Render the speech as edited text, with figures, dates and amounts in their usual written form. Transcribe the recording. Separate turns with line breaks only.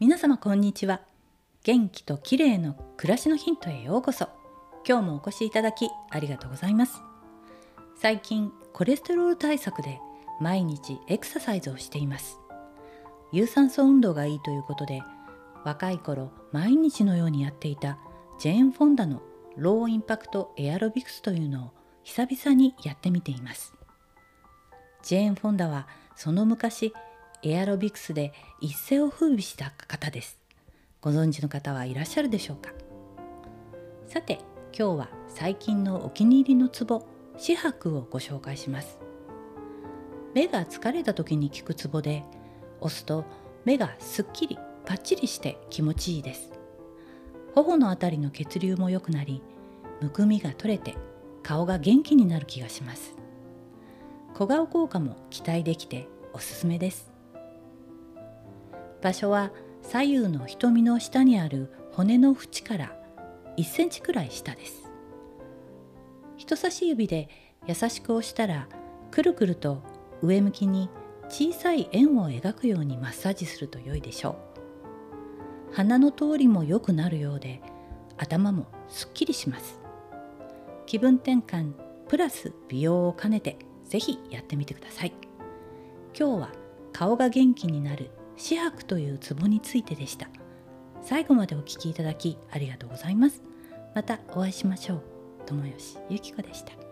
皆様こんにちは。元気と綺麗の暮らしのヒントへようこそ。今日もお越しいただきありがとうございます。最近コレステロール対策で毎日エクササイズをしています。有酸素運動がいいということで、若い頃毎日のようにやっていたジェーン・フォンダのローインパクトエアロビクスというのを久々にやってみています。ジェーン・フォンダはその昔エアロビクスで一世を風靡した方です。ご存知の方はいらっしゃるでしょうか。さて、今日は最近のお気に入りのツボ、紫伯をご紹介します。目が疲れた時に効くツボで、押すと目がすっきりパッチリして気持ちいいです。頬のあたりの血流も良くなり、むくみが取れて顔が元気になる気がします。小顔効果も期待できておすすめです。場所は左右の瞳の下にある骨の縁から1センチくらい下です。人差し指で優しく押したら、くるくると上向きに小さい円を描くようにマッサージすると良いでしょう。鼻の通りも良くなるようで、頭もすっきりします。気分転換プラス美容を兼ねてぜひやってみてください。今日は顔が元気になる紫伯というツボについてでした。最後までお聞きいただきありがとうございます。またお会いしましょう。友吉ゆき子でした。